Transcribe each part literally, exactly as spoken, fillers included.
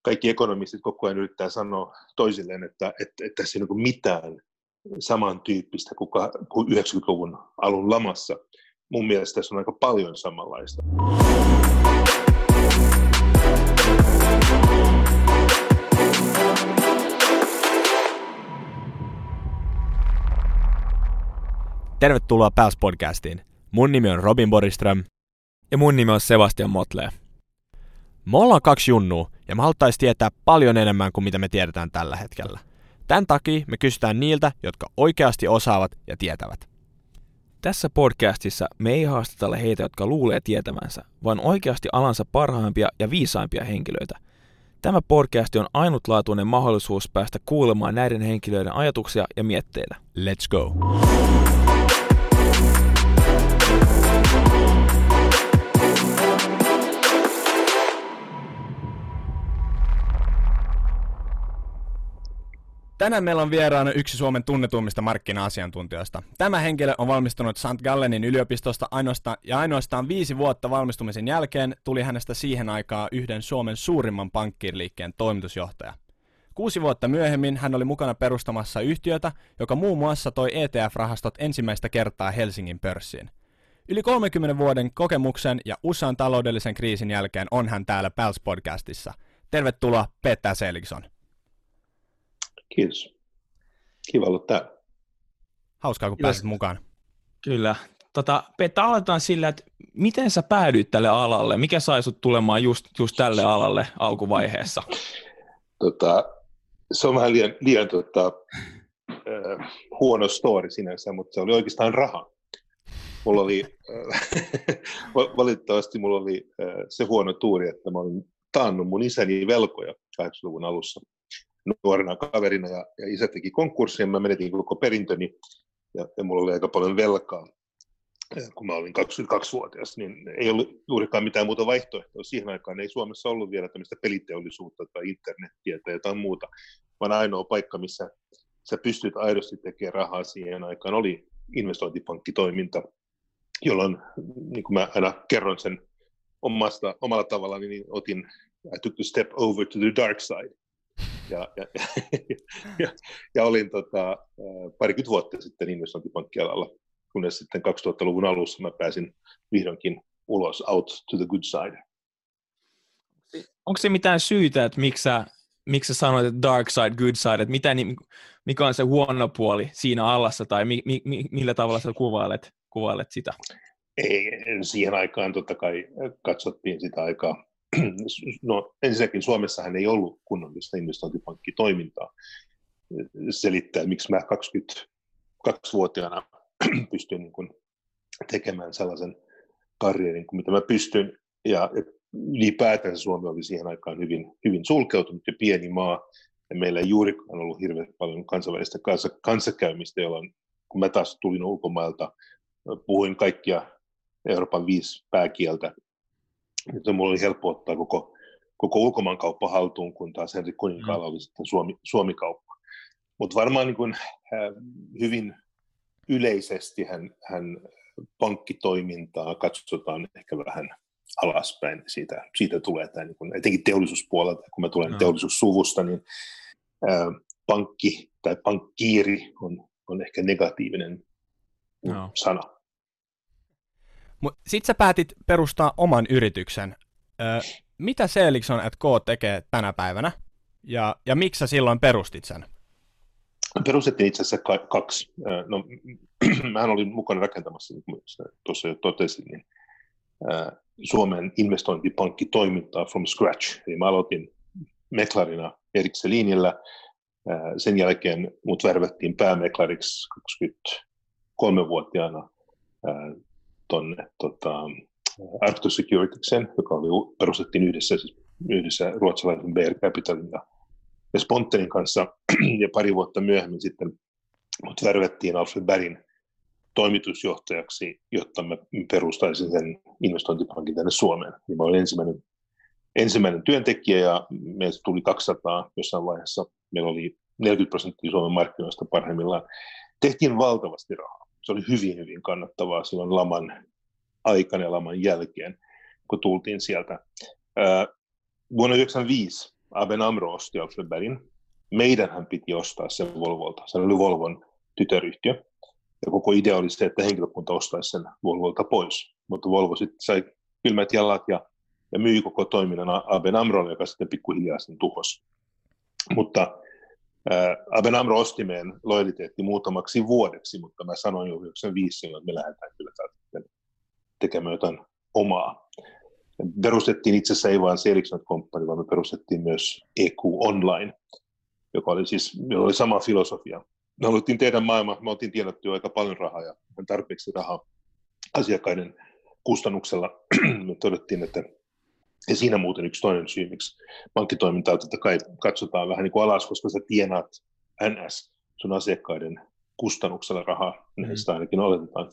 kaikki ekonomistit koko ajan yrittää sanoa toisilleen, että, että, että tässä ei ole mitään samantyyppistä kuin, kuin yhdeksänkymmentäluvun alun lamassa. Mun mielestä tässä on aika paljon samanlaista. Tervetuloa P A L S-podcastiin. Mun nimi on Robin Boriström. Ja mun nimi on Sebastian Motley. Me ollaan kaksi junnua, ja me haluttaisiin tietää paljon enemmän kuin mitä me tiedetään tällä hetkellä. Tän takia me kysytään niiltä, jotka oikeasti osaavat ja tietävät. Tässä podcastissa me ei haastatella heitä, jotka luulee tietävänsä, vaan oikeasti alansa parhaimpia ja viisaimpia henkilöitä. Tämä podcast on ainutlaatuinen mahdollisuus päästä kuulemaan näiden henkilöiden ajatuksia ja mietteitä. Let's go! Tänään meillä on vieraana yksi Suomen tunnetuimmista markkina-asiantuntijoista. Tämä henkilö on valmistunut Sankt Gallenin yliopistosta ainoastaan, ja ainoastaan viisi vuotta valmistumisen jälkeen tuli hänestä siihen aikaan yhden Suomen suurimman pankkiiriliikkeen toimitusjohtaja. Kuusi vuotta myöhemmin hän oli mukana perustamassa yhtiötä, joka muun muassa toi E T F-rahastot ensimmäistä kertaa Helsingin pörssiin. Yli kolmenkymmenen vuoden kokemuksen ja usean taloudellisen kriisin jälkeen on hän täällä P A L S-podcastissa. Tervetuloa Peter Seligson. Kiitos. Kiva olla täällä. Hauskaa, kun pääsit mukaan. Kyllä. Tota, Petra, aloitetaan sillä, että miten sä päädyit tälle alalle? Mikä sai sut tulemaan just, just tälle alalle alkuvaiheessa? Tota, se on vähän liian, liian tota, äh, huono story sinänsä, mutta se oli oikeastaan raha. Mulla oli, äh, valitettavasti mulla oli äh, se huono tuuri, että mä olin taannut mun isäni velkoja kahdeksankymmentäluvun alussa nuorena kaverina, ja, ja isä teki konkurssin, ja mä menetin koko perintöni, ja, ja mulla oli aika paljon velkaa, kun mä olin kaksikymmentäkaksivuotias, niin ei ollut juurikaan mitään muuta vaihtoehtoa. Siihen aikaan ei Suomessa ollut vielä tämmöistä peliteollisuutta tai internettiä tai jotain muuta, vaan ainoa paikka, missä sä pystyt aidosti tekemään rahaa siihen aikaan, oli investointipankkitoiminta, jolloin, niin kuin mä aina kerron sen omasta, omalla tavalla, niin otin, I took the step over to the dark side. Ja, ja, ja, ja olin tota, parikymmentä vuotta sitten investointipankkialalla, kunnes sitten kaksituhattaluvun alussa mä pääsin vihdoinkin ulos, out to the good side. Onko se mitään syytä, että miksi sä, miksi sä sanoit, että dark side, good side, että mitä, mikä on se huono puoli siinä alassa, tai mi, mi, millä tavalla sä kuvailet, kuvailet sitä? Ei, siihen aikaan totta kai katsottiin sitä aikaa. No ensinnäkin Suomessahan ei ollut kunnollista investointipankkitoimintaa. Selittää, miksi mä kaksikymmentäkaksivuotiaana pystyin niin kuin tekemään sellaisen karrierin kuin mitä mä pystyn. Ja ylipäätään Suomi oli siihen aikaan hyvin, hyvin sulkeutunut ja pieni maa. Ja meillä ei juurikaan ollut hirveän paljon kansainvälistä kanssakäymistä, jolloin kun mä taas tulin ulkomailta, puhuin kaikkia Euroopan viisi pääkieltä. Nyt mulla oli helppo ottaa koko, koko ulkomaankauppa haltuun, kun taas Henrik Kuninkaalla oli sitten Suomi, Suomi-kauppa. Mutta varmaan niin kuin, äh, hyvin yleisesti hän, hän pankkitoimintaa katsotaan ehkä vähän alaspäin. Siitä, siitä tulee tämä, niin kuin, etenkin teollisuuspuolelta, kun mä tulen no. teollisuussuvusta, niin äh, pankki tai pankkiiri on, on ehkä negatiivinen no. sana. Sitten sä päätit perustaa oman yrityksen. Ö, mitä Seligson and Co tekee tänä päivänä, ja, ja miksi sä silloin perustit sen? Perustettiin itse asiassa kaksi. No, mähän olin mukana rakentamassa, niin kuin tuossa jo totesin, niin, ä, Suomen investointipankkitoimintaa from scratch. Eli mä aloitin meklarina Erik Selinillä. Ä, sen jälkeen mut värvättiin päämeklariksi kaksikymmentäkolmevuotiaana ä, tuonne tota, Arctus Securitykseen, joka oli, perustettiin yhdessä, siis yhdessä ruotsalaisen B R Capitalin ja, ja Spontenin kanssa, ja pari vuotta myöhemmin sitten mut värvettiin Alfred Bergin toimitusjohtajaksi, jotta mä perustaisin sen investointipankin tänne Suomeen. Niin mä olin ensimmäinen, ensimmäinen työntekijä, ja meistä tuli kaksisataa jossain vaiheessa. Meillä oli neljäkymmentä prosenttia Suomen markkinoista parhaimmillaan. Tehtiin valtavasti rahaa. Se oli hyvin, hyvin kannattavaa silloin laman aikana ja laman jälkeen, kun tultiin sieltä. Vuonna yhdeksänkymmentäviisi A B N AMRO osti Alfred Bergin. Meidänhän piti ostaa sen Volvolta. Se oli Volvon tytäryhtiö. Ja koko idea oli se, että henkilökunta ostaisi sen Volvolta pois. Mutta Volvo sitten sai kylmät jalat ja, ja myi koko toiminnan A B N AMROlle, joka sitten pikkuhiljaa sen tuhosi. Mutta ää, A B N AMRO osti meidän lojaliteetti muutamaksi vuodeksi, mutta mä sanoin jo yhdeksänkymmentäviisi, että me lähdetään kyllä tekemään jotain omaa. Perustettiin itse asiassa ei vain Ericsson Company, vaan me perustettiin myös E Q Online, joka oli siis jolla oli sama filosofia. Me haluttiin tehdä maailma, me oltiin tienattu jo aika paljon rahaa ja tarpeeksi rahaa asiakkaiden kustannuksella. Me todettiin, että ja siinä muuten yksi toinen syy, miksi pankkitoimintaa totta kai katsotaan vähän niin kuin alas, koska sä tienaat N S sun asiakkaiden kustannuksella rahaa, niin sitä ainakin oletetaan.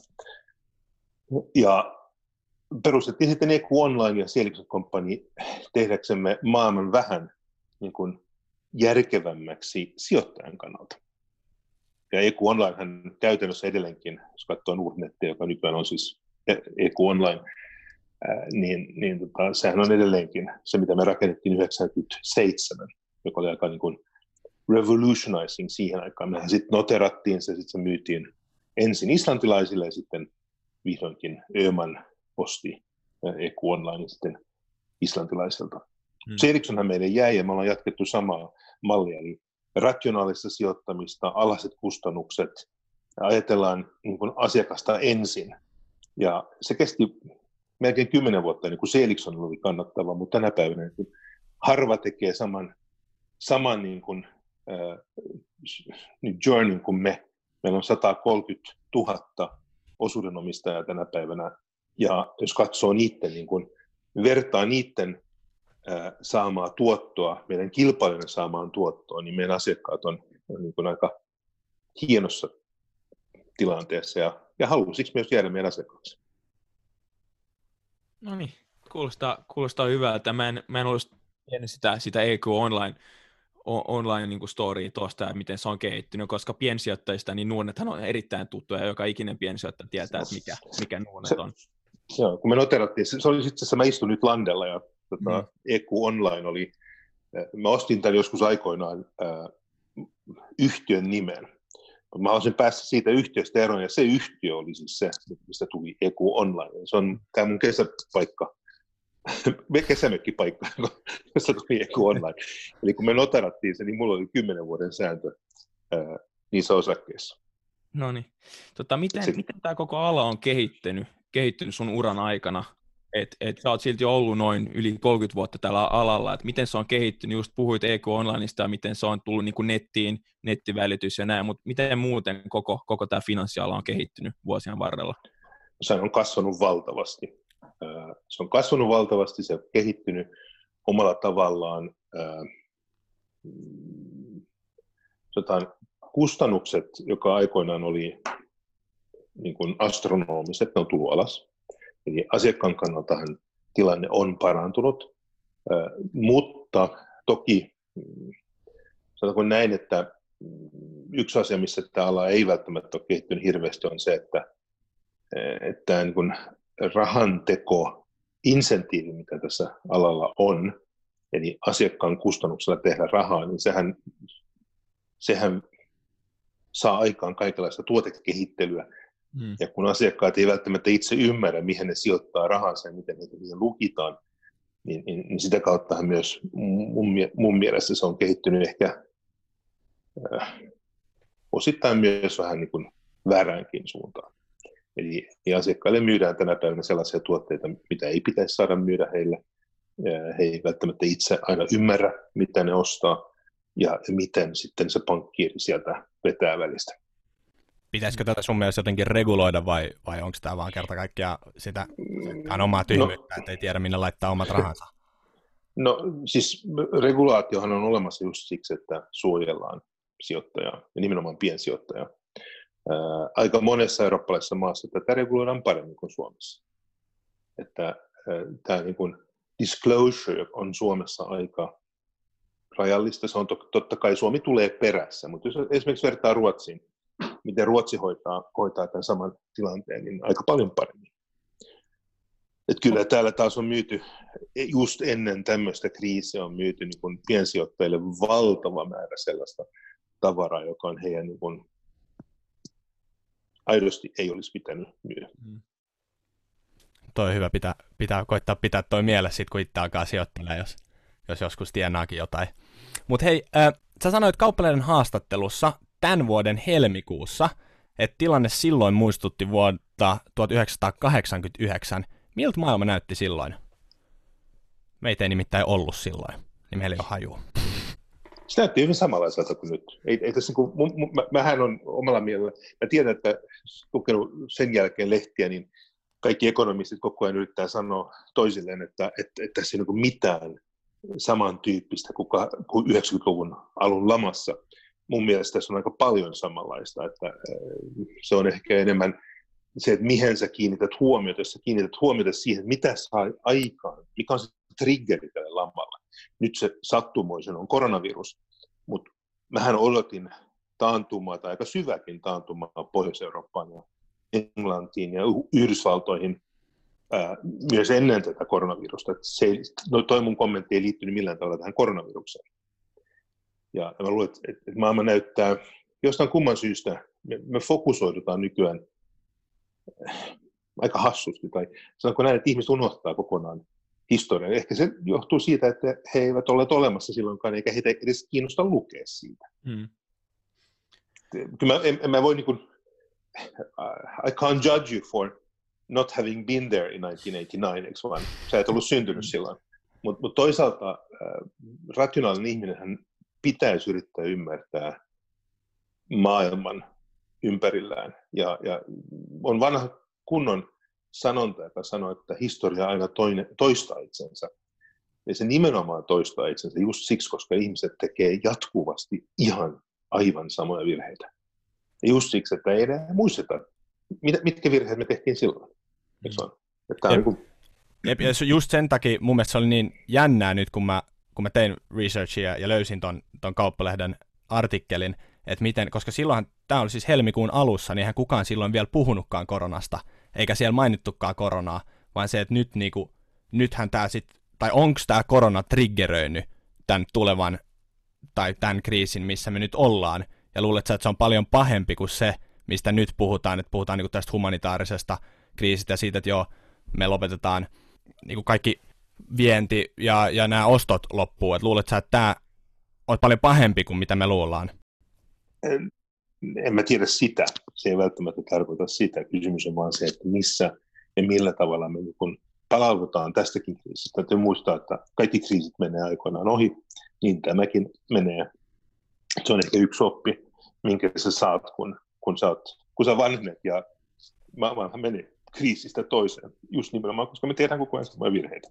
Ja perustettiin sitten E Q Online ja Ericsson Company tehdäksemme maailman vähän niin kuin järkevämmäksi sijoittajan kannalta. Ja E Q Online hän käytännössä edelleenkin, jos katsoo Nordnettia, joka nykyään on siis E Q Online, ää, niin, niin tota, sehän on edelleenkin se, mitä me rakennettiin yhdeksänkymmentäseitsemän, joka oli aika niin kuin revolutionizing siihen aikaan. Mehän sitten noterattiin se, sitten se myytiin ensin islantilaisille ja sitten vihdoinkin Öhman osti E Q Online sitten islantilaiselta. Hmm. Se Ericssonhan meille jäi ja me ollaan jatkettu samaa mallia, eli rationaalista sijoittamista, alhaiset kustannukset, ajatellaan niin kuin asiakasta ensin. Ja se kesti melkein kymmenen vuotta, niin kuin se Ericsson oli kannattava, mutta tänä päivänä niin kuin harva tekee saman, saman niin kuin, äh, journeyn kuin me. Meillä on sata kolmekymmentätuhatta osuudenomistajaa tänä päivänä, ja jos katsoo niiden, niin kuin, vertaa niiden äh, saamaa tuottoa, meidän kilpailijoiden saamaan tuottoa, niin meidän asiakkaat on, on niin kuin aika hienossa tilanteessa, ja, ja haluaisiko myös jäädä meidän asiakkaaksi. No niin, kuulostaa, kuulostaa hyvältä. Mä en, mä en olisi tiennyt sitä, sitä E Q Online, online niin kuin storya tuosta ja miten se on kehittynyt, koska piensijoittajista niin Nordnethan on erittäin tuttuja ja joka ikinen piensijoittaja tietää, että mikä, mikä Nordnet on. Se, joo, kun me noterattiin, se, se oli itse asiassa, mä istun nyt Landella ja tota, mm. E Q Online oli, mä ostin tämän joskus aikoinaan äh, yhtiön nimen. Mä haluaisin päästä siitä yhtiöstä eroon ja se yhtiö oli siis se, mistä tuli E Q Online. Se on tämä mun kesäpaikka. kesämökkipaikka, jossa tuli E Q Online. Eli kun me noterattiin se, niin mulla oli kymmenen vuoden sääntö ää, niissä osakkeissa. No niin. Tota, miten, miten tämä koko ala on kehittynyt, kehittynyt sun uran aikana? Et, et sä oot silti ollut noin yli kolmekymmentä vuotta tällä alalla. Et miten se on kehittynyt? Just puhuit E Q Onlineista ja miten se on tullut niin kuin nettiin, nettivälitys ja näin, mutta miten muuten koko, koko tämä finanssiala on kehittynyt vuosien varrella? Se on kasvanut valtavasti. Se on kasvanut valtavasti, se on kehittynyt omalla tavallaan. Jotain kustannukset, joka aikoinaan oli niin kuin astronomiset, ne on tullut alas. Eli asiakkaan kannaltahan tilanne on parantunut, mutta toki sanotaanko näin, että yksi asia, missä tämä ala ei välttämättä ole kehittynyt hirveästi, on se, että, että niin kuin rahanteko, insentiivi, mikä tässä alalla on, eli asiakkaan kustannuksella tehdä rahaa, niin sehän, sehän saa aikaan kaikenlaista tuotekehittelyä. Hmm. Ja kun asiakkaat ei välttämättä itse ymmärrä, mihin ne sijoittaa rahansa ja miten niitä siihen lukitaan, niin, niin, niin sitä kauttahan myös mun, mun mielestä se on kehittynyt ehkä äh, osittain myös vähän niin kuin vääräänkin suuntaan. Eli asiakkaille myydään tänä päivänä sellaisia tuotteita, mitä ei pitäisi saada myydä heille. He ei välttämättä itse aina ymmärrä, mitä ne ostaa ja miten sitten se pankkiiri sieltä vetää välistä. Pitäisikö tätä sun mielestä jotenkin reguloida vai, vai onko tämä vaan kerta kaikkiaan sitä omaa tyhmyyttä, no, että ei tiedä minne laittaa omat rahansa? No siis regulaatiohan on olemassa just siksi, että suojellaan sijoittajaa ja nimenomaan piensijoittajaa. Ää, aika monessa eurooppalaisessa maassa tätä reguloidaan paremmin kuin Suomessa. Että tämä niin kuin disclosure on Suomessa aika rajallista. Se on to, totta kai Suomi tulee perässä, mutta jos esimerkiksi vertaa Ruotsiin, miten Ruotsi hoitaa, hoitaa tämän saman tilanteen, niin aika paljon paremmin. Et kyllä täällä taas on myyty, just ennen tämmöistä kriisiä on myyty niin kuin piensijoittajille valtava määrä sellaista tavaraa, joka on heidän niin kuin aidosti ei olisi pitänyt myydä. Mm. Toi on hyvä, pitää, pitää koittaa pitää toi mielessä sit, kun itse alkaa sijoittelemaan, jos, jos joskus tienaakin jotain. Mutta hei, äh, sä sanoit Kauppalehden haastattelussa tämän vuoden helmikuussa, että tilanne silloin muistutti vuotta tuhatyhdeksänsataakahdeksankymmentäyhdeksän. Miltä maailma näytti silloin? Meitä ei nimittäin ollut silloin, niin meillä ei ole hajua. Se näytti hyvin samanlaiselta kuin nyt. Ei, ei tässä, niin kuin, mä, mähän on omalla mielellä, mä tiedän, että lukenut sen jälkeen lehtiä, niin kaikki ekonomistit koko ajan yrittää sanoa toisilleen, että, että, että tässä ei ole mitään samantyyppistä kuin, kuin yhdeksänkymmentäluvun alun lamassa. Mun mielestä tässä on aika paljon samanlaista, että se on ehkä enemmän se, että mihin sä kiinnität huomiota, jos sä kiinnität huomiota siihen, mitä saa aikaan, mikä on se triggeri tälle lamalle. Nyt se sattumoisen on koronavirus, mutta mähän odotin taantumaa tai aika syväkin taantumaa Pohjois-Eurooppaan ja Englantiin ja Yhdysvaltoihin ää, myös ennen tätä koronavirusta. Se, no, toi mun kommentti ei liittynyt millään tavalla tähän koronavirukseen. Ja mä luulen, että, että maailma näyttää jostain kumman syystä, me, me fokusoidutaan nykyään aika hassusti, tai sanonko näin, että ihmiset unohtaa kokonaan historian. Ehkä se johtuu siitä, että he eivät olleet olemassa silloinkaan, eikä heitä edes kiinnosta lukea siitä. Hmm. Kyllä mä, en, en mä voi niin kuin, I can't judge you for not having been there in tuhatyhdeksänsataakahdeksankymmentäyhdeksän, eikö vaan? Sä et ollut syntynyt silloin. Mutta mut toisaalta äh, rationaalinen ihminen hän pitäisi yrittää ymmärtää maailman ympärillään. Ja, ja on vanha kunnon sanonta, joka sanoo, että historia aina toinen, toistaa itsensä. Ja se nimenomaan toistaa itsensä just siksi, koska ihmiset tekee jatkuvasti ihan aivan samoja virheitä. Ja just siksi, että ei enää muisteta, mitkä virheet me tehtiin silloin. Että Jep. Niin Jep, ja just sen takia mun mielestä se oli niin jännää nyt, kun mä, kun mä tein researchia ja löysin ton, ton Kauppalehden artikkelin, että miten, koska silloinhan, tämä oli siis helmikuun alussa, niin eihän kukaan silloin vielä puhunutkaan koronasta, eikä siellä mainittukaan koronaa, vaan se, että nyt niinku, nythän tämä sitten, tai onko tämä korona triggeröinyt tämän tulevan, tai tämän kriisin, missä me nyt ollaan, ja luulet sä, että se on paljon pahempi kuin se, mistä nyt puhutaan, että puhutaan niinku tästä humanitaarisesta kriisistä ja siitä, että joo, me lopetetaan niinku kaikki vienti ja, ja nämä ostot loppuu, että luulet sä, että tämä on paljon pahempi kuin mitä me luullaan? En, en mä tiedä sitä. Se ei välttämättä tarkoita sitä. Kysymys on vaan se, että missä ja millä tavalla me niin palaudutaan tästäkin kriisistä. Täytyy muistaa, että kaikki kriisit menee aikoinaan ohi, niin tämäkin menee. Se on ehkä yksi oppi, minkä sä saat, kun, kun, sä, oot, kun sä vanhenet ja maailmanhan menee kriisistä toiseen. Just nimenomaan, koska me tehdään koko ajan samoja virheitä.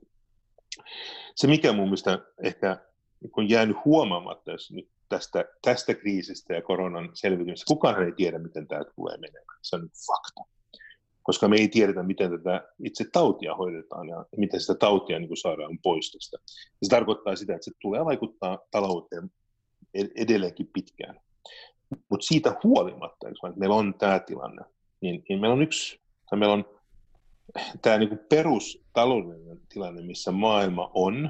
Se, mikä mun mielestä ehkä on jäänyt huomaamatta nyt tästä, tästä kriisistä ja koronan selviytymisestä, kukaan ei tiedä, miten tämä tulee menemään. Se on nyt fakta. Koska me ei tiedetä, miten tätä itse tautia hoidetaan ja miten sitä tautia niin kuin saadaan pois tästä. Se tarkoittaa sitä, että se tulee vaikuttaa talouteen edelleenkin pitkään. Mutta siitä huolimatta, että meillä on tämä tilanne, niin, niin meillä on yksi, tai meillä on tämä niin kuin perustaloudellinen tilanne, missä maailma on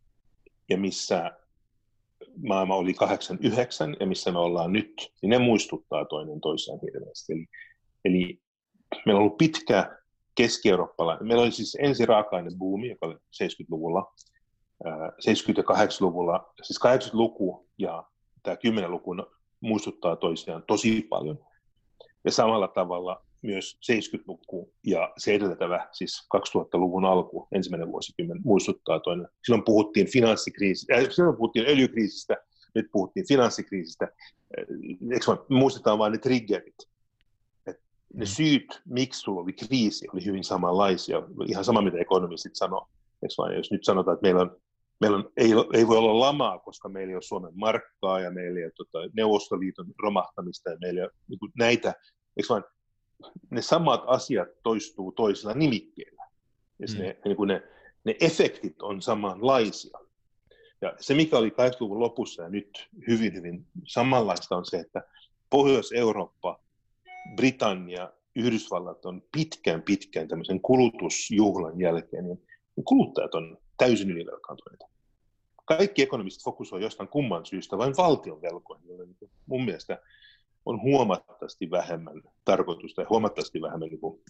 ja missä maailma oli kahdeksankymmentäyhdeksän ja missä me ollaan nyt, niin ne muistuttaa toinen toisiaan hirveästi. Eli, eli meillä on ollut pitkä keski-eurooppalainen, meillä oli siis ensin raaka-ainebuumi, joka oli seitsemänkymmentäluvulla, seitsemänkymmentä- ja kahdeksankymmentäluvulla, siis kahdeksankymmentäluku ja tämä kymmenluku muistuttaa toisiaan tosi paljon. Ja samalla tavalla myös seitsemänkymmentäluku ja se edeltävä, siis kaksituhattaluvun alku, ensimmäinen vuosikymmen, muistuttaa toinen. Silloin puhuttiin finanssikriisistä, äh, silloin puhuttiin öljykriisistä, nyt puhuttiin finanssikriisistä. Eikö vaan, muistetaan vain ne triggerit. Et ne syyt, miksi sulla oli kriisi, oli hyvin samanlaisia. Ihan sama, mitä ekonomistit sanoo. Eikö vaan, jos nyt sanotaan, että meillä on Meillä on, ei, ei voi olla lamaa, koska meillä ei ole Suomen markkaa ja meillä ei ole tota, Neuvostoliiton romahtamista ja meillä ei ole niin kuin näitä, eikö vaan, ne samat asiat toistuu toisilla nimikkeillä. Mm. Ne, niin kuin ne, ne efektit on samanlaisia. Ja se, mikä oli kahdeksankymmentäluvun lopussa ja nyt hyvin, hyvin samanlaista on se, että Pohjois-Eurooppa, Britannia Yhdysvallat on pitkään pitkään tämmöisen kulutusjuhlan jälkeen, niin kuluttajat on täysin ylivelkaantuneita. Kaikki ekonomistit fokusoivat jostain kumman syystä vain valtion velkoihin, joille mun mielestä on huomattavasti vähemmän tarkoitusta ja huomattavasti vähemmän, niin kuin,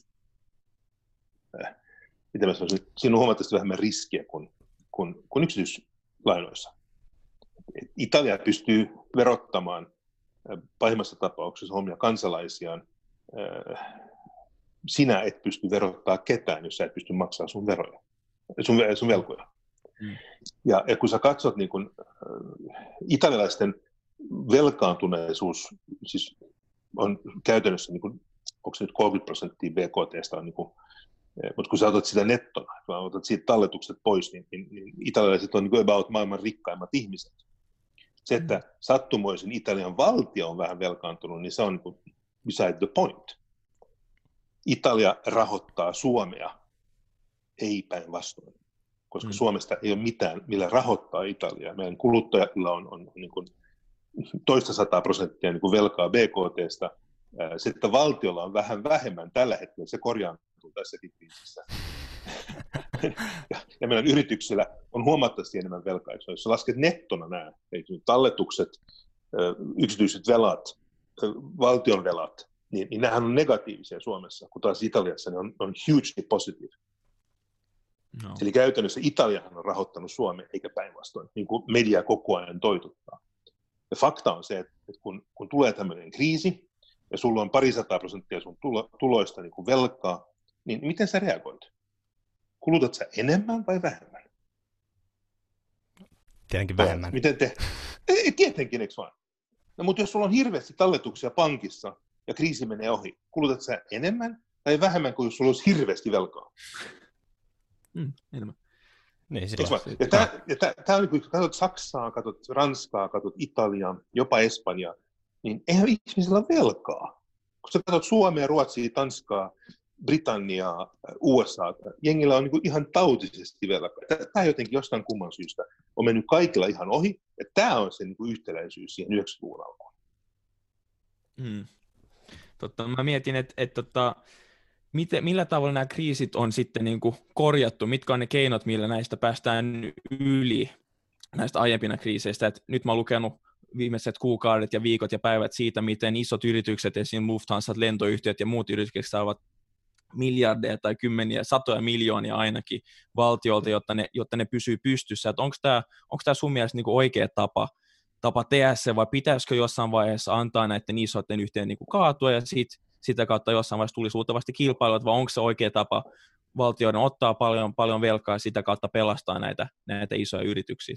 äh, mitä mä sanoisin, siinä on huomattavasti vähemmän riskiä kuin, kuin, kuin yksityislainoissa. Italia pystyy verottamaan äh, pahimmassa tapauksessa omia kansalaisiaan. Äh, sinä et pysty verottaa ketään, jos sä et pysty maksamaan sun veroja, sun, sun velkoja. Mm. Ja, ja kun sä katsot niin kun, äh, italialaisten velkaantuneisuus, siis on käytännössä, niin kun, onko se nyt kolmekymmentä prosenttia B K T:stä, on, niin kun, eh, mutta kun sä otat sitä nettona, kun otat siitä talletukset pois, niin, niin, niin italialaiset on niin kuin about maailman rikkaimmat ihmiset. Se, että sattumoisin Italian valtio on vähän velkaantunut, niin se on niin kuin beside the point. Italia rahoittaa Suomea, ei päinvastoin, koska mm. Suomesta ei ole mitään, millä rahoittaa Italiaa. Meidän kuluttajilla on, on, on niin kuin toista sataa prosenttia niin kuin velkaa B K T:stä. Se, että valtiolla on vähän vähemmän tällä hetkellä, se korjaantuu tässä kriisissä. ja, ja meidän yrityksillä on huomattavasti enemmän velkaa. Jos lasket nettona nämä, talletukset, yksityiset velat, valtion velat, niin, niin nämähän on negatiivisia Suomessa, kun taas Italiassa ne on, on hugely positive. No. Eli käytännössä Italiahan on rahoittanut Suomea, eikä päinvastoin, niin kuin media koko ajan toitottaa. Ja fakta on se, että kun, kun tulee tämmöinen kriisi, ja sulla on parisataa prosenttia sun tulo, tuloista niin kuin velkaa, niin miten sä reagoit? Kulutat sä enemmän vai vähemmän? Tietenkin vähemmän. Miten te? Ei, tietenkin, eikö vaan? No, mutta jos sulla on hirveästi talletuksia pankissa ja kriisi menee ohi, kulutat sä enemmän tai vähemmän kuin jos sulla olisi hirveästi velkaa? Mm, enemmän. Niin, ja tämä, ja tämä, tämä on, kun katsot Saksaa, katsot Ranskaa, katsot Italiaa, jopa Espanjaa, niin eihän ihmisillä ole velkaa. Kun sä katsot Suomea, Ruotsia, Tanskaa, Britanniaa, U S A, jengillä on niin kuin ihan tautisesti velkaa. Tämä jotenkin jostain kumman syystä on mennyt kaikilla ihan ohi, ja tämä on se niin kuin yhtäläisyys siihen yhdeksänkymmentäluvun alkuun. Hmm. Totta, mä mietin, että, että, että miten, millä tavalla nämä kriisit on sitten niin kuin korjattu, mitkä on ne keinot, millä näistä päästään yli näistä aiempina kriiseistä. Että nyt mä oon lukenut viimeiset kuukaudet ja viikot ja päivät siitä, miten isot yritykset, esimerkiksi Lufthansa, lentoyhtiöt ja muut yritykset saavat miljardeja tai kymmeniä, satoja miljoonia ainakin valtiolta, jotta ne, jotta ne pysyy pystyssä. Onko tämä onko tämä sun mielestä niin kuin oikea tapa, tapa tehdä se, vai pitäisikö jossain vaiheessa antaa näiden isoiden yhteen niin kuin kaatua ja sit, sitä kautta jossain vaiheessa tulisi luultavasti kilpailua, vai onko se oikea tapa valtioiden ottaa paljon, paljon velkaa ja sitä kautta pelastaa näitä, näitä isoja yrityksiä?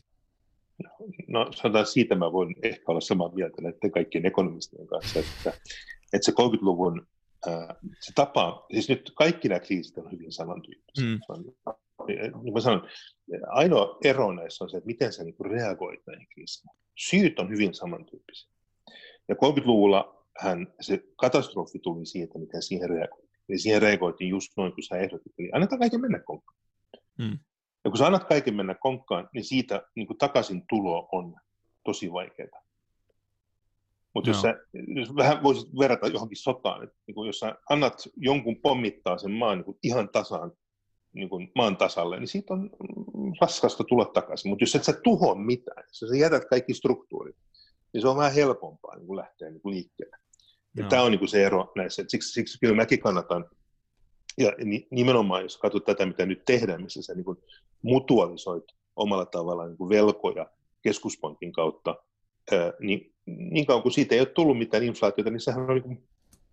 No sanotaan, siitä mä voin ehkä olla samaa mieltä näiden kaikkien ekonomistien kanssa, että, että se kolmekymmentäluvun ää, se tapa, siis nyt kaikki nämä kriisit on hyvin samantyyppisiä. Mm. Niin mä sanon, ainoa ero näissä on se, että miten sä niin kuin reagoit näihin kriisiin. Syyt on hyvin samantyyppisiä. Ja kolmekymmentäluvulla hän, se katastrofi tuli siitä, miten siihen reagoitiin. Eli siihen reagoitiin just noin, kun sä ehdotit. Eli annetaan kaiken mennä konkkaan. Mm. Ja kun sä annat kaiken mennä konkkaan, niin siitä niin kuin takaisin tulo on tosi vaikeaa. Mutta no. jos sä jos vähän voisit verrata johonkin sotaan, että niin jos sä annat jonkun pommittaa sen maan niin kuin ihan tasaan, niin kuin maan tasalle, niin siitä on raskasta tulla takaisin. Mutta jos et sä tuhoa mitään, jos sä jätät kaikki struktuurit, niin se on vähän helpompaa niin kuin lähteä niin kuin liikkeelle. No. Tämä on niin kuin se ero näissä. Siksi, siksi kyllä mäkin kannatan, ja nimenomaan jos katsot tätä, mitä nyt tehdään, missä sä niin kuin mutualisoit omalla tavallaan niin kuin velkoja keskuspankin kautta, ää, niin niin kauan kuin siitä ei ole tullut mitään inflaatiota, niin sehän on, niin kuin,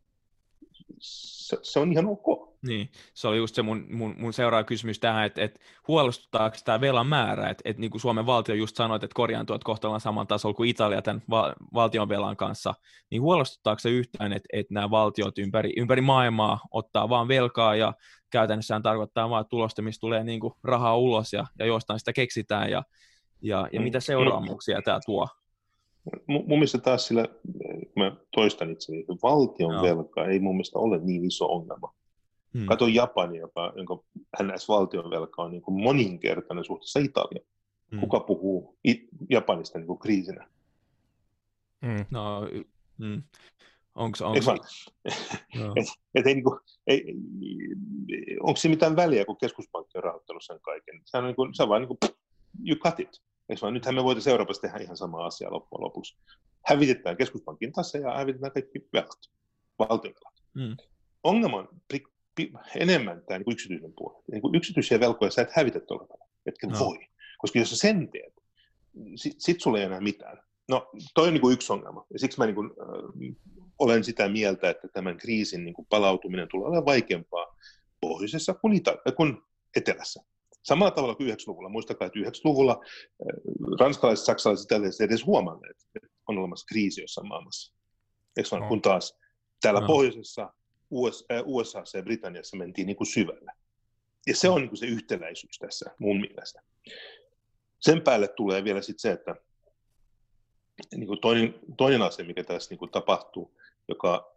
se, se on ihan ok. Niin, se oli just se mun, mun, mun seuraava kysymys tähän, että, että huolestuttaako tämä velan määrä, että, että niin kuin Suomen valtio just sanoi, että korjaantuu, että kohta ollaan saman tasolla kuin Italia tämän va- valtion velan kanssa, niin huolestuttaako se yhtään, että, että nämä valtiot ympäri, ympäri maailmaa ottaa vaan velkaa ja käytännössään tarkoittaa vaan, että tulosta, mistä tulee niin kuin rahaa ulos ja, ja jostain sitä keksitään ja, ja, ja mitä seuraamuksia tämä tuo? Mun mielestä taas sillä, kun mä toistan itseni, että valtion no. velka ei mun mielestä ole niin iso ongelma. Hmm. Kato Japani, joka, jonka N S-valtion velka on niin kuin moninkertainen suhteessa Italiaan. Hmm. Kuka puhuu Japanista niin kuin kriisinä? Hmm. No, hmm. Onks, onks... no. et, et ei, niinku, ei, onko se mitään väliä, kun keskuspankki on rahoittanut sen kaiken? Se on, niinku, se on vaan niin kuin, you cut it. Vaan? Nythän me voitaisiin Euroopassa tehdä ihan sama asia loppujen lopuksi. Hävitetään keskuspankin tase ja hävitetään kaikki velat, valtionvelat. Mm. Ongelma on pri, pri, enemmän tämä niin yksityisen puolella. Niin yksityisiä velkoja sä et hävitä tuolla tavalla, etkä no. voi. Koska jos sä sen teet, sit, sit sulla ei enää mitään. No, toi on niin kuin yksi ongelma. Ja siksi mä niin kuin, äh, olen sitä mieltä, että tämän kriisin niin kuin palautuminen tulee olemaan vaikeampaa pohjoisessa kuin, ita- kuin etelässä. Samalla tavalla kuin yhdeksänkymmentäluvulla. Muistakaa, että yhdeksänkymmentäluvulla äh, ranskalaiset, saksalaiset eivät edes huomanneet, että on olemassa kriisi jossain maailmassa. Eikö vaan? No. Kun taas täällä no. pohjoisessa, U S A, äh, U S A:ssa ja Britanniassa mentiin niin kuin syvälle. Ja se on niin kuin se yhtäläisyys tässä mun mielestä. Sen päälle tulee vielä sitten se, että niin kuin toinen, toinen asia, mikä tässä niin kuin tapahtuu, joka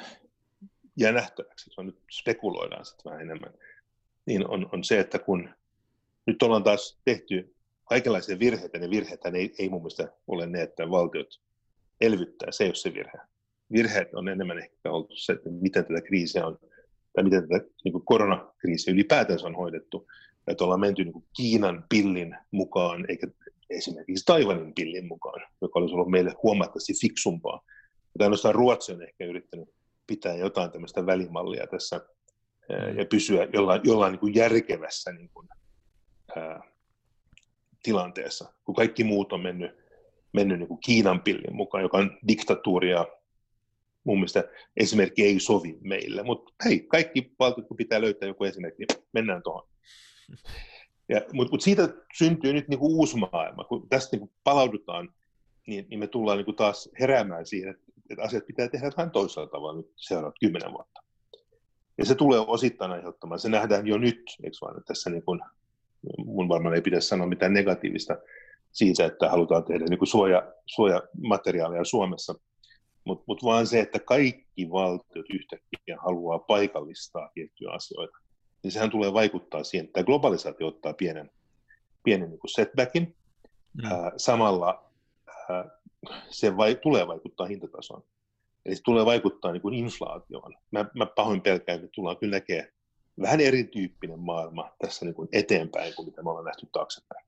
jää nähtäväksi, se on nyt spekuloidaan sitten vähän enemmän, niin on, on se, että kun nyt ollaan taas tehty kaikenlaisia virheitä, niin virheitä ei, ei mun mielestä ole ne, että valtiot elvyttää, se ei ole se virhe. Virheet on enemmän ehkä ollut se, että miten tätä kriisiä on, tai miten tätä niin kuin koronakriisiä ylipäätänsä on hoidettu, että ollaan menty niin kuin Kiinan pillin mukaan, eikä esimerkiksi Taiwanin pillin mukaan, joka olisi ollut meille huomattavasti fiksumpaa. Ja ainoastaan Ruotsi on ehkä yrittänyt pitää jotain tämmöistä välimallia tässä ää, ja pysyä jollain, jollain niin kuin järkevässä niin kuin, ää, tilanteessa, kun kaikki muut on mennyt, mennyt niin kuin Kiinan pillin mukaan, joka on diktatuuri ja mun mielestä esimerkki ei sovi meille, mutta hei, kaikki valtiot, kun pitää löytää joku esimerkki, niin mennään tuohon. Mutta mut siitä syntyy nyt niinku uusi maailma. Kun tästä niinku palaudutaan, niin, niin me tullaan niinku taas heräämään siihen, että, että asiat pitää tehdä vähän toisella tavalla nyt seuraavat kymmenen vuotta. Ja se tulee osittain aiheuttamaan. Se nähdään jo nyt, eikö vaan, että tässä niinku, mun varmaan ei pitäisi sanoa mitään negatiivista siitä, että halutaan tehdä niinku suoja, suojamateriaalia Suomessa, mutta mut vaan se, että kaikki valtiot yhtäkkiä haluaa paikallistaa tiettyjä asioita. Niin sehän tulee vaikuttaa siihen, että globalisaatio ottaa pienen, pienen niin kuin setbackin. Mm. Ää, samalla ää, se vai, tulee vaikuttaa hintatasoon. Eli se tulee vaikuttaa niin kuin inflaatioon. Mä, mä pahoin pelkään, että tullaan kyllä näkemään vähän erityyppinen maailma tässä niin kuin eteenpäin kuin mitä me ollaan nähty taaksepäin.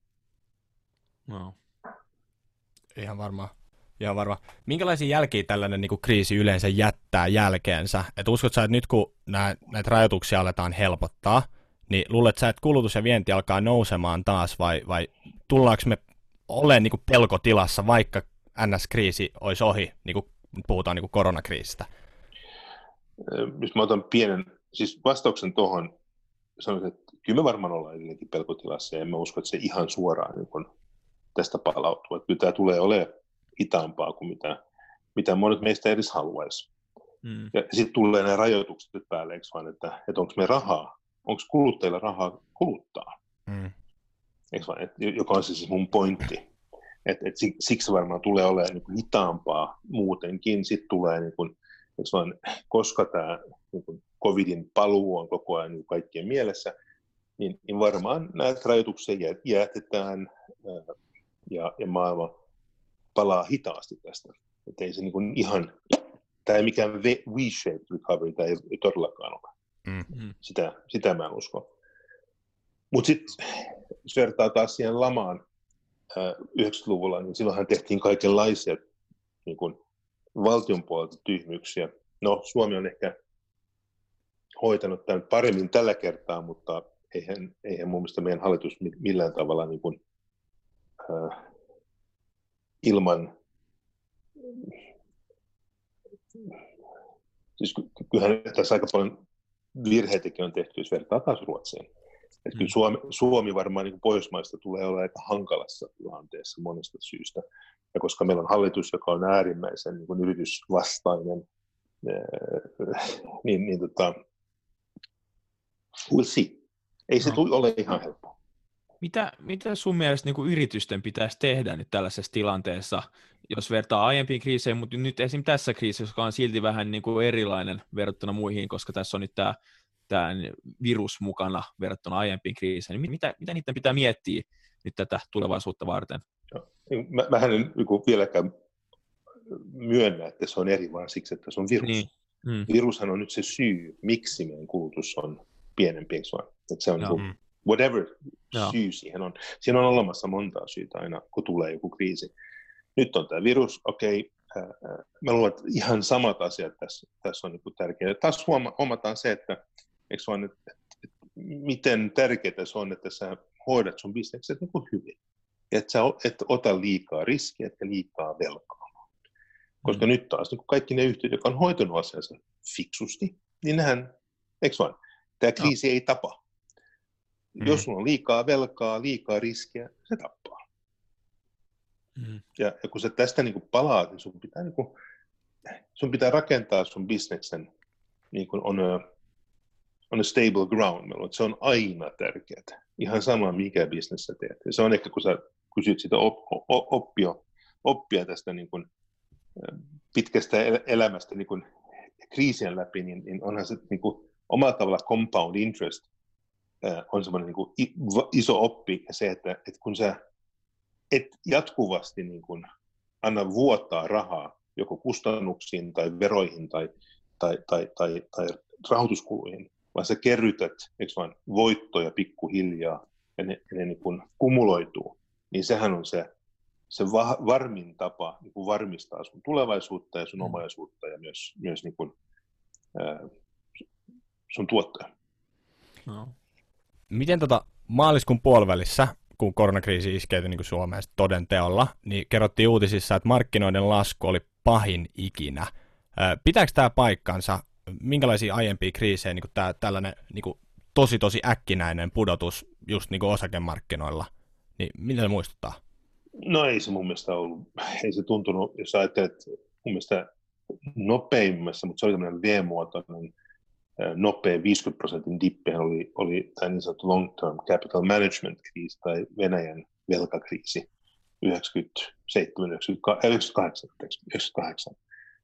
No. Ihan varmaan. Ihan varma. Minkälaisia jälkiä tällainen niin kuin kriisi yleensä jättää jälkeensä? Et uskot sä, että nyt kun nää, näitä rajoituksia aletaan helpottaa, niin luulet sä, että kulutus ja vienti alkaa nousemaan taas, vai, vai tullaanko me olemaan niin kuin pelkotilassa, vaikka N S-kriisi olisi ohi, niin kuin puhutaan niin kuin koronakriisistä? Jos mä otan pienen, siis vastauksen tuohon, sanoisin, että kyllä me varmaan ollaan edelleenkin pelkotilassa, ja en mä usko, että se ihan suoraan niin kuin tästä palautuu. Että kyllä tämä tulee olemaan hitaampaa kuin mitä, mitä monet meistä edes haluaisi. Mm. Ja sitten tulee nämä rajoitukset päälle, eikö vaan, että, että onko me rahaa, onko kuluttajilla rahaa kuluttaa, mm. eikö vaan, että, joka on se siis mun pointti. Että et siksi varmaan tulee olemaan niin kuin hitaampaa muutenkin, sitten tulee, niin kuin, eikö vaan, koska tämä niin kuin covidin paluu on koko ajan niin kaikkien mielessä, niin, niin varmaan näitä rajoituksia jätetään ää, ja, ja maailma palaa hitaasti tästä. Että ei se niin kuin ihan, tämä ei mikään V-shaped recovery, tämä ei todellakaan ole. Mm-hmm. Sitä, sitä mä en usko. Mutta sitten, jos vertaa taas siihen lamaan äh, yhdeksänkymmentäluvulla, niin silloinhan tehtiin kaikenlaisia niin kuin valtion puolelta tyhmyyksiä. No, Suomi on ehkä hoitanut tämän paremmin tällä kertaa, mutta eihän, eihän mun mielestä meidän hallitus millään tavalla niin kuin, äh, ilman, siis kyllähän tässä aika paljon virheitäkin on tehty, jos vertaa taas Ruotsiin. Että kyllä Suomi, Suomi varmaan niin kuin Pohjoismaista tulee olla aika hankalassa tilanteessa monesta syystä. Ja koska meillä on hallitus, joka on äärimmäisen niin kuin yritysvastainen, niin, niin tota, we'll see. Ei se no. tule ole ihan helppoa. Mitä, mitä sun mielestä niin kuin yritysten pitäisi tehdä nyt tällaisessa tilanteessa, jos vertaa aiempiin kriiseihin, mutta nyt esim. Tässä kriisissä, joka on silti vähän niin kuin erilainen verrattuna muihin, koska tässä on nyt tämä, tämä virus mukana verrattuna aiempiin kriiseihin, niin mitä, mitä niiden pitää miettiä nyt tätä tulevaisuutta varten? Mä, mähän en vieläkään myönnä, että se on eri vaan siksi, että se on virus. Niin. Mm. Virushan on nyt se syy, miksi meidän kulutus on pienempi, eikö vaan? Että se on no. niin whatever no. syy siihen on. Siinä on olemassa montaa syytä aina, kun tulee joku kriisi. Nyt on tämä virus, okei. Okay. Mä luulen, että ihan samat asiat tässä, tässä on niin tärkeää. Taas huoma, huomataan se, että, eikö vaan, että, että, että miten tärkeää se on, että sä hoidat sun bisnekset niin hyvin. Että sä et ota liikaa riskiä, etkä liikaa velkaa. Koska mm. nyt taas niin kaikki ne yhtiöt, jotka on hoitanut asiansa fiksusti, niin nehän, eikö vaan, tämä kriisi no. ei tapa. Mm. Jos sulla on liikaa velkaa, liikaa riskiä, se tappaa. Mm. Ja, ja kun sä tästä niin kuin palaat, niin sun pitää, niin kuin, sun pitää rakentaa sun bisneksen niin kuin on, a, on a stable ground. Se on aina tärkeää. Ihan sama, mikä bisnes sä teet. Ja se on ehkä, kun sä kysyt sitä op, op, oppia, oppia tästä niin kuin, pitkästä elämästä niin kuin kriisien läpi, niin, niin onhan se niin kuin, omalla tavalla compound interest äh, on semmoinen niin kuin iso oppi, ja se, että, että kun sä et jatkuvasti niin kuin anna vuottaa rahaa joko kustannuksiin tai veroihin tai, tai, tai, tai, tai rahoituskuluihin, vaan sä kerrytät eikö vaan, voittoja pikkuhiljaa ja ne, ne niin kuin kumuloituu, niin sehän on se, se va- varmin tapa niin kuin varmistaa sun tulevaisuutta ja sun omaisuutta ja myös, myös niin kuin, ää, sun tuottoja. No. Miten tota maaliskuun puolivälissä, kun koronakriisi iskeytyi niin kuin Suomeen toden teolla, niin kerrottiin uutisissa, että markkinoiden lasku oli pahin ikinä. Pitääkö tämä paikkansa? Minkälaisia aiempia kriisejä niin kuin tämä, tällainen niin kuin tosi tosi äkkinäinen pudotus just niin kuin osakemarkkinoilla, niin mitä se muistuttaa? No ei se mun mielestä ollut, ei se tuntunut, jos ajattelet mun mielestä nopeimmassa, mutta se oli tämmöinen V-muotoinen nopea viisikymmentä prosentin dippihän oli, oli tämä niin sanottu long-term capital management-kriisi tai Venäjän velkakriisi yhdeksänkymmentäseitsemän yhdeksänkymmentäkahdeksan. yhdeksänkymmentäkahdeksan.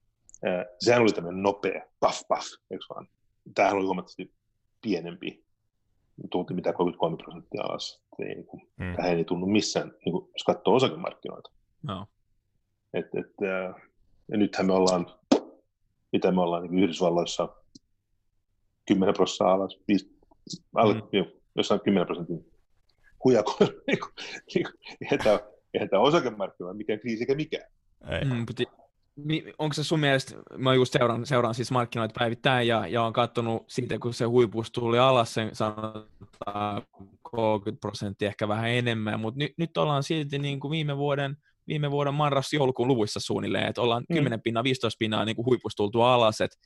Sehän oli tämmöinen nopea, puff, puff, eikö vaan? Tämähän oli huomattavasti pienempi. Tultiin mitä kolmekymmentäkolme prosenttia alas. Ei, niin kuin, mm. Tähän ei tunnu missään, niin kuin, jos katsoo osakemarkkinoita. No. Et, et, ja nythän me ollaan, mitä me ollaan niin Yhdysvalloissa, kymmenen prosenttia alas, viisi, alle, mm. jossain kymmenen prosentin hujakoilla. Niin niin eihän tämä osakemarkkinoilla mikään kriisi eikä mikään. Mm, onko se sun mielestä, mä just seuraan, seuraan siis markkinoita päivittäin ja, ja olen katsonut siitä, kun se huipuus tuli alas, sen sanotaan kolmekymmentä prosenttia, ehkä vähän enemmän, mutta nyt, nyt ollaan silti niin kuin viime vuoden, viime vuoden marras-joulukuun luvuissa suunnilleen, että ollaan mm. kymmenen pinnaa, viisitoista pinnaa niin kuin huipuus tultu alas, että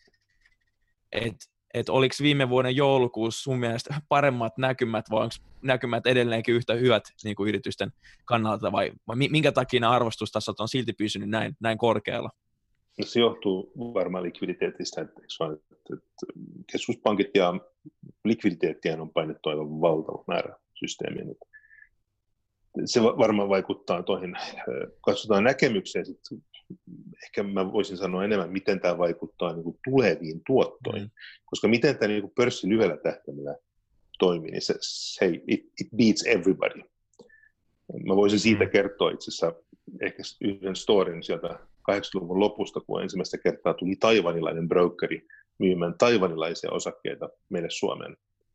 et, et oliko viime vuoden joulukuussa sun mielestä paremmat näkymät, vai onko näkymät edelleenkin yhtä hyvät niin kuin yritysten kannalta, vai, vai minkä takia nämä arvostustasot on silti pysynyt näin, näin korkealla? No se johtuu varmaan likviditeetistä, että keskuspankit ja likviditeettiä on painettu aivan valtava määrä systeemiin. Se varmaan vaikuttaa toihin. Katsotaan näkemykseen, sitten ehkä mä voisin sanoa enemmän, miten tämä vaikuttaa niin kuin tuleviin tuottoihin, mm. koska miten tämä niin kuin pörssi lyhyellä tähtäimellä toimii, niin se, se it, it beats everybody. Mä voisin siitä kertoa itse asiassa ehkä yhden storin sieltä kahdeksankymmentäluvun lopusta, kun ensimmäistä kertaa tuli taivanilainen brokeri myymään taivanilaisia osakkeita meille Suomeen.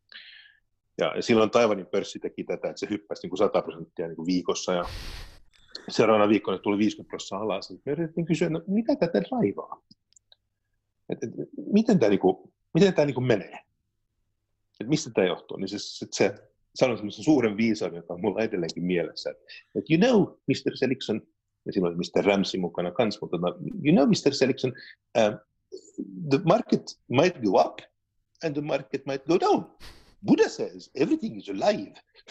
Ja silloin Taiwanin pörssi teki tätä, että se hyppäsi niin kuin sata prosenttia niin kuin viikossa ja seuraavana viikkona tuli viisikymmentä prosenttia alas. Me yritettiin kysyä, no, mitä tätä raivaa? Et, et, miten tämä, niin kuin, miten tämä niin kuin menee? Et mistä tämä johtuu? Niin se, se, se sanoi semmoisen suuren viisauden, joka on mulla edelleenkin mielessä. Että et, you know, mister Seligson, ja silloin oli mister Ramsey mukana kanssa, mutta you know, mister Seligson, uh, the market might go up and the market might go down. Buddha says everything is alive.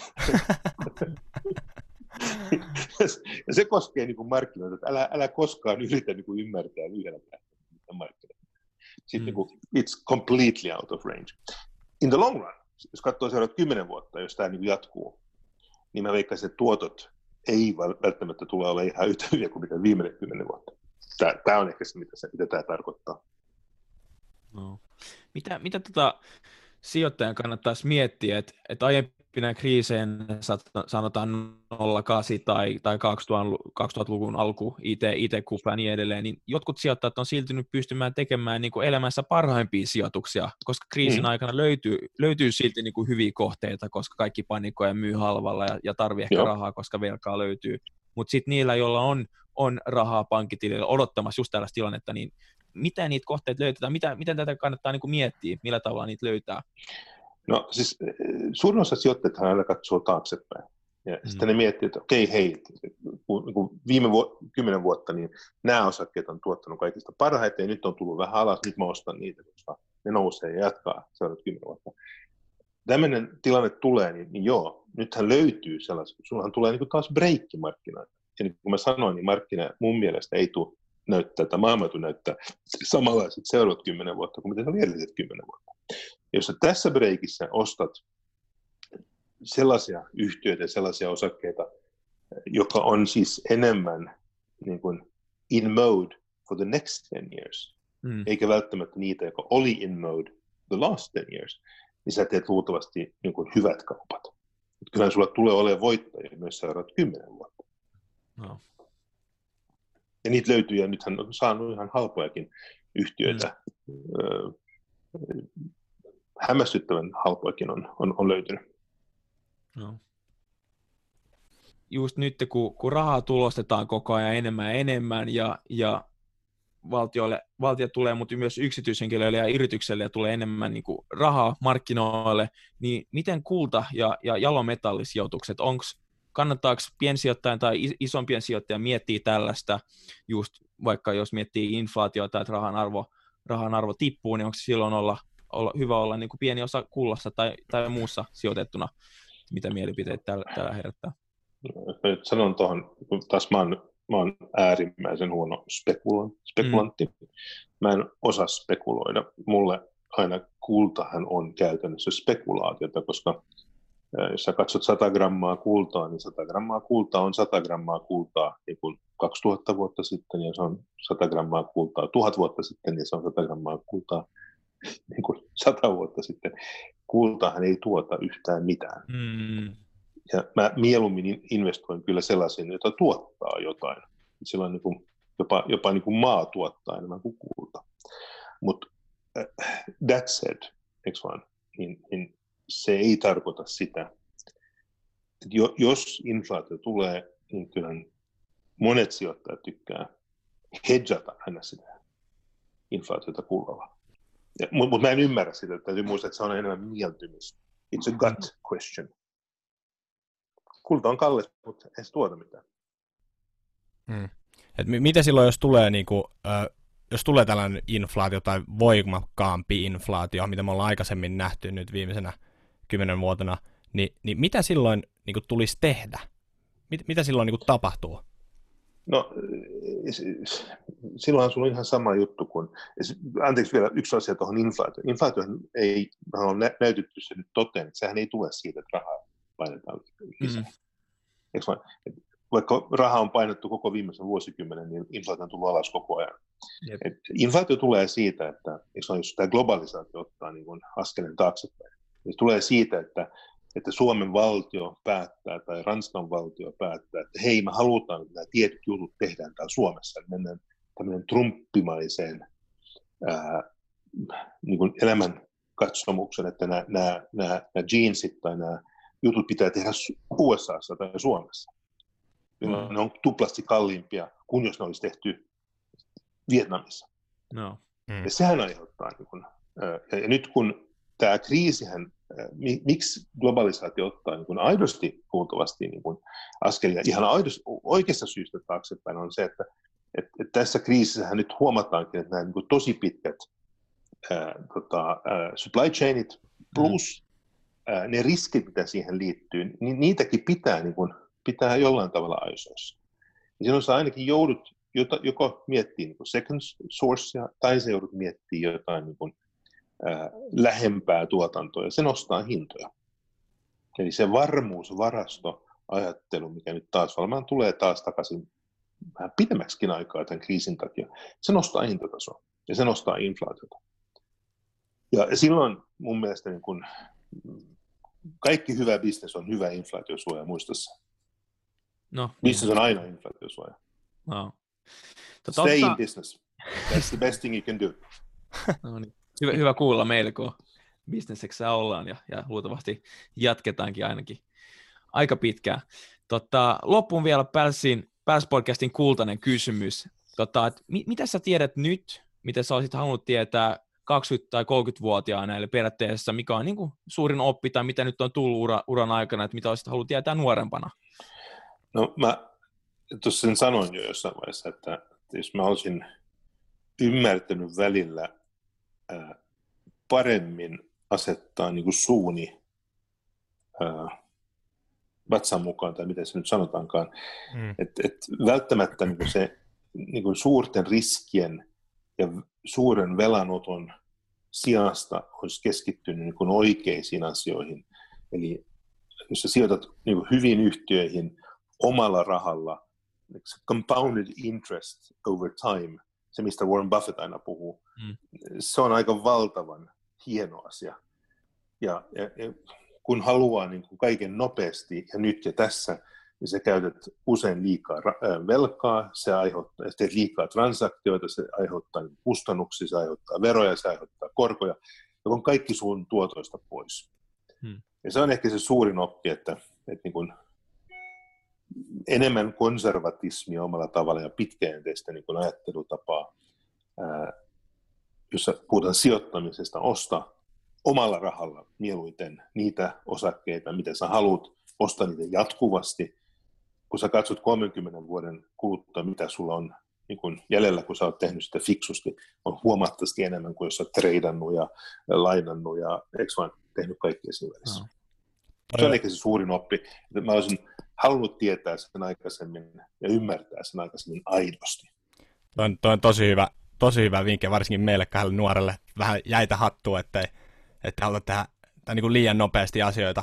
Ja se koskee niin kuin markkinoita, että älä, älä koskaan yritä niin kuin ymmärtää yhdellä tähtäimellä markkinoita. Sitten mm. niin kuin, it's completely out of range. In the long run, jos katsoo seuraavat kymmenen vuotta, jos tämä niin kuin jatkuu, niin mä veikkaisin, että tuotot ei välttämättä tule olla ihan yhtä hyviä kuin mitä viimeinen kymmenen vuotta. Tämä, tämä on ehkä se, mitä, se, mitä tämä tarkoittaa. No. Mitä, mitä tota sijoittajan kannattaisi miettiä, että, että aiempien viisikymppinä kriiseen, sanotaan nolla kahdeksan tai, tai kaksituhattaluvun alku, I T-kufa ja niin edelleen, niin jotkut sijoittajat on silti pystymään tekemään niin kuin elämässä parhaimpia sijoituksia, koska kriisin mm. aikana löytyy, löytyy silti niin kuin hyviä kohteita, koska kaikki panikoi ja myy halvalla ja, ja tarvii ehkä Joo. rahaa, koska velkaa löytyy. Mutta sitten niillä, joilla on, on rahaa pankkitilillä odottamassa just tällaista tilannetta, niin miten niitä kohteita löytetään, mitä, miten tätä kannattaa niin kuin miettiä, millä tavalla niitä löytää? No siis suurin osa sijoittajathan aina katsoo taaksepäin. Ja mm. sitten ne miettii, että okei, hei, kun viime vu- kymmenen vuotta, niin nämä osakkeet on tuottanut kaikista parhaiten, ja nyt on tullut vähän alas, nyt mä ostan niitä, koska ne nousee ja jatkaa seuraavat kymmenen vuotta. Tämmöinen tilanne tulee, niin, niin joo, nythän löytyy sellaisia, sullahan tulee niin kuin taas breikkimarkkinoita. Ja niin kuin mä sanoin, niin markkina mun mielestä ei tule näyttää, tai maailma tule näyttää samanlaiset seuraavat kymmenen vuotta kuin mitä se oli edelliset kymmenen vuotta. Jos sä tässä breikissä ostat sellaisia yhtiöitä, sellaisia osakkeita, joka on siis enemmän niin kuin in mode for the next ten years, mm. eikä välttämättä niitä, joka oli in mode the last ten years, niin sä teet luultavasti niin kuin hyvät kaupat. Kyllähän sulla tulee olemaan voittajia myös seuraavat kymmenen vuotta. No. Ja niitä löytyy, ja nythän on saanut ihan halpojakin yhtiöitä. Mm. Hämmästyttävän halpoakin on, on, on löytynyt. No. Just nyt, kun, kun rahaa tulostetaan koko ajan enemmän ja enemmän, ja, ja valtiolle, valtio tulee, mutta myös yksityishenkilöille ja yritykselle tulee enemmän niin kuin rahaa markkinoille, niin miten kulta- ja, ja jalometallisijoitukset, onko kannattaako piensijoittajan tai isompien sijoittajan miettiä tällaista, just vaikka jos miettii inflaatiota, että rahan arvo, rahan arvo tippuu, niin onko silloin olla Olla, hyvä olla niin kuin pieni osa kullassa tai, tai muussa sijoitettuna, mitä mielipiteet tällä, tällä herättää? Mä nyt sanon tuohon, kun taas mä oon, mä oon äärimmäisen huono spekulantti. Mm. Mä en osaa spekuloida. Mulle aina kultahan on käytännössä spekulaatiota, koska jos sä katsot sata grammaa kultaa, niin sata grammaa kultaa on sata grammaa kultaa niin kuin kaksituhatta vuotta sitten, ja se on sata grammaa kultaa tuhat vuotta sitten, ja se on sata grammaa kultaa niin kuin sata vuotta sitten. Kultahan ei tuota yhtään mitään. Mm. Ja mä mieluummin investoin kyllä sellaisiin, joita tuottaa jotain. Silloin niin kuin, jopa, jopa niin kuin maa tuottaa enemmän kuin kulta. Mutta uh, that said, eikö vaan, niin, niin se ei tarkoita sitä, että jo, jos inflaatio tulee, niin kyllä monet sijoittajat tykkää hedgata aina sitä inflaatiota kullalla. Mutta mut mä en ymmärrä sitä, että täytyy muistaa, että se on enemmän mieltymys. It's a gut question. Kulta on kallis, mutta ei se tuota mitään. Hmm. Et m- mitä silloin, jos tulee, niinku, äh, jos tulee tällainen inflaatio tai voimakkaampi inflaatio, mitä me ollaan aikaisemmin nähty nyt viimeisenä kymmenen vuotena, niin, niin mitä silloin niinku, tulisi tehdä? Mit, mitä silloin niinku, tapahtuu? No, silloinhan sulla on ihan sama juttu kuin, anteeksi vielä yksi asia tuohon inflaatioon. Inflaatiohan ei, on näytetty se nyt toteen, että sehän ei tule siitä, että rahaa painetaan lisää. Mm-hmm. Vaikka raha on painettu koko viimeisen vuosikymmenen, niin inflaatio on tullut alas koko ajan. Yep. Et inflaatio tulee siitä, että jos tämä globalisaatio ottaa niin kuin askeleen taaksepäin, niin se tulee siitä, että että Suomen valtio päättää tai Ranskan valtio päättää, että hei, me halutaan, että nämä tietyt jutut tehdään täällä Suomessa. Että mennään tämmöinen trumppimaiseen ää, niin kuin elämän katsomuksen, että nämä, nämä, nämä, nämä jeansit tai nämä jutut pitää tehdä U S A:ssa tai Suomessa. Mm. Ne on tuplasti kalliimpia kuin jos ne olisi tehty Vietnamissa. No. Mm. Ja sehän aiheuttaa, niin kuin, ää, ja nyt kun tämä kriisihän, miksi globalisaatio ottaa niin kuin aidosti puutuvasti niin kuin askelia ihan aidosti, oikeassa syystä taaksepäin on se, että, että, että tässä kriisissähän nyt huomataankin, että nämä niin kuin tosi pitkät ää, tota, ää, supply chainit plus ää, ne riskit, mitä siihen liittyy, niin niitäkin pitää, niin kuin, pitää jollain tavalla aisoissa. Ja silloin sä ainakin joudut jota, joko miettimään niin kuin second sourcea tai sä joudut miettimään jotain niin kuin lähempää tuotantoa, ja se nostaa hintoja. Eli se varmuusvarastoajattelu, mikä nyt taas varmaan tulee taas takaisin vähän pidemmäksikin aikaa tämän kriisin takia, se nostaa hintatasoa, ja se nostaa inflaatiota. Ja silloin mun mielestä niin kun kaikki hyvä business on hyvä inflaatiosuoja, muista se. No, business on aina inflaatiosuoja. No. Tota, Stay ottaa... in business. That's the best thing you can do. No niin. Hyvä, hyvä kuulla meille, kun bisneseksessä ollaan ja, ja luultavasti jatketaankin ainakin aika pitkään. Tota, loppuun vielä Pälsin, Päls-podcastin kultainen kysymys. Tota, et, mi, mitä sä tiedät nyt, mitä sä olisit halunnut tietää kaksikymmentä- tai kolmekymmentävuotiaana, eli periaatteessa mikä on niin kuin suurin oppi tai mitä nyt on tullut ura, uran aikana, että mitä olisit halunnut tietää nuorempana? No mä tuossa sen sanoin jo jossain vaiheessa, että, että jos mä olisin ymmärtänyt välillä ää, paremmin asettaa niin kuin suuni ää, vatsan mukaan, tai miten se nyt sanotaankaan, mm. että et välttämättä niin kuin se niin kuin suurten riskien ja suuren velanoton sijasta olisi keskittynyt niin kuin oikeisiin asioihin. Eli jos sä sijoitat niin kuin hyvin yhtiöihin omalla rahalla, compounded interest over time, se mistä Warren Buffett aina puhuu, mm. se on aika valtavan hieno asia. Ja, ja, ja kun haluaa niin kuin kaiken nopeasti ja nyt ja tässä, niin sä käytät usein liikaa velkaa, se aiheuttaa, teet liikaa transaktioita, se aiheuttaa kustannuksia, se aiheuttaa veroja, se aiheuttaa korkoja, ja on kaikki sun tuotoista pois. Hmm. Ja se on ehkä se suurin oppi, että, että niin kuin enemmän konservatismia omalla tavalla ja pitkäjänteistä niin kuin ajattelutapaa, ää, jossa puhutaan sijoittamisesta, osta omalla rahalla mieluiten niitä osakkeita, mitä sä haluat, osta niitä jatkuvasti. Kun sä katsot kolmenkymmenen vuoden kuluttua, mitä sulla on niin kun jäljellä, kun sä oot tehnyt sitä fiksusti, on huomattavasti enemmän kuin jos sä oot treidannut ja lainannut ja eikö vaan tehnyt kaikkea siinä välissä. No. Se on ehkä se suurin oppi. Mä olisin halunnut tietää sen aikaisemmin ja ymmärtää sen aikaisemmin aidosti. Toi on, toi on tosi hyvä, tosi hyvä vinkki, varsinkin meille kahdelle nuorelle. Vähän jäitä hattua, ettei, ettei haluta tehdä tai niin kuin liian nopeasti asioita.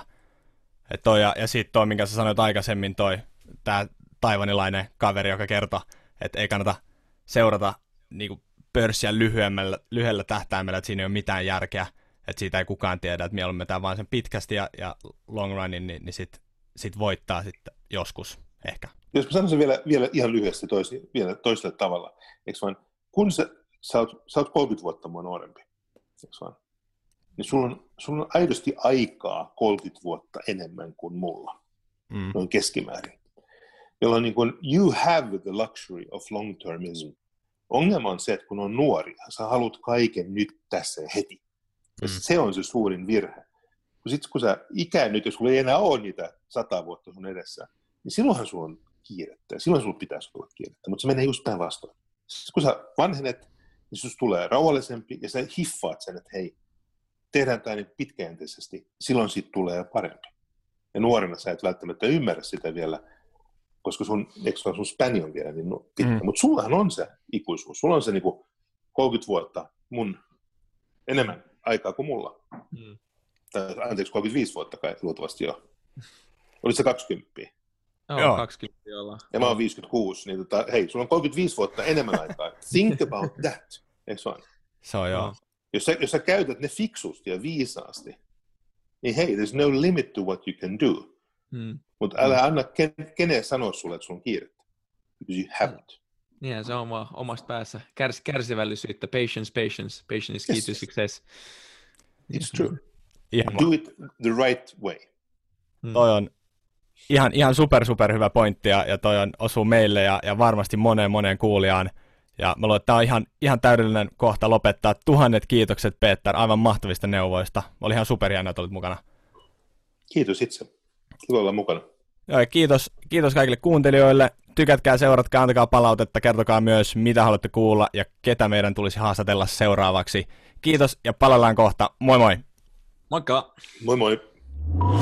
Et toi, ja ja sitten toi, minkä sä sanoit aikaisemmin, toi tää taivanilainen kaveri, joka kertoo, että ei kannata seurata niin kuin pörssiä lyhyemmällä, lyhyellä tähtäimellä, että siinä ei ole mitään järkeä, että siitä ei kukaan tiedä, että mieluummin tämä vaan sen pitkästi ja, ja long runin, niin, niin sitten sit voittaa sitten joskus ehkä. Jos mä sanoisin vielä, vielä ihan lyhyesti toisi, vielä toisella tavalla, eikö vaan, kun sä, sä, oot, sä oot kolmekymmentä vuotta mua nuorempi, eikö vaan, niin sulla on, sulla on aidosti aikaa kolmekymmentä vuotta enemmän kuin mulla, mm. noin keskimäärin. Jolloin niin kuin, you have the luxury of long-termism. Ongelma on se, että kun on nuori, sä haluat kaiken nyt tässä heti. Ja mm. se on se suurin virhe. Sitten kun sä ikäännyt, jos sulla ei enää ole niitä sata vuotta sun edessä, niin silloinhan sulla on kiirettä. Ja silloin sulla pitäisi olla kiirettä, mutta se menee just päinvastoin. Sitten kun sä vanhenet, niin susta tulee rauhallisempi ja sä hiffaat sen, että hei, tehdään tämä niin pitkäjänteisesti, silloin siitä tulee parempi. Ja nuorena sä et välttämättä ymmärrä sitä vielä, koska sun, sun späni on vielä niin pitkä. Mm. Mutta sullahan on se ikuisuus. Sulla on se niin kuin kolmekymmentä vuotta mun enemmän aikaa kuin mulla. Mm. Tai anteeksi, kolmekymmentäviisi vuotta kai luultavasti jo. Olit se kaksikymmentä? Joo, Joo. kaksikymmentä ollaan. Ja mä oon viisikymmentäkuusi, niin tota, hei, sulla on kolmekymmentäviisi vuotta enemmän aikaa. Think about that. Eikö vaan? Se on joo. Jos sä, jos sä käytät ne fiksusti ja viisaasti, niin hei, there's no limit to what you can do. Hmm. Mutta älä hmm. anna ken, keneen sanoa sulle, että sun on kiirettä. Because you haven't. Niin, se on oma, omasta päässä. Kärs, kärsivällisyyttä, patience, patience. Patience is key yes. to success. It's true. Ihan do it the right way. Hmm. Toi on ihan, ihan super, super hyvä pointti, ja, ja toi on, osuu meille ja, ja varmasti moneen, moneen kuulijaan. Ja mä luulen, että tämä on ihan, ihan täydellinen kohta lopettaa. Tuhannet kiitokset, Peter, aivan mahtavista neuvoista. Oli ihan superhienoa, että olit mukana. Kiitos itse. Kiva olla mukana. Joo, ja kiitos, kiitos kaikille kuuntelijoille. Tykätkää, seuratkaa, antakaa palautetta, kertokaa myös, mitä haluatte kuulla ja ketä meidän tulisi haastatella seuraavaksi. Kiitos ja palaillaan kohta. Moi moi! Moikka! Moi moi!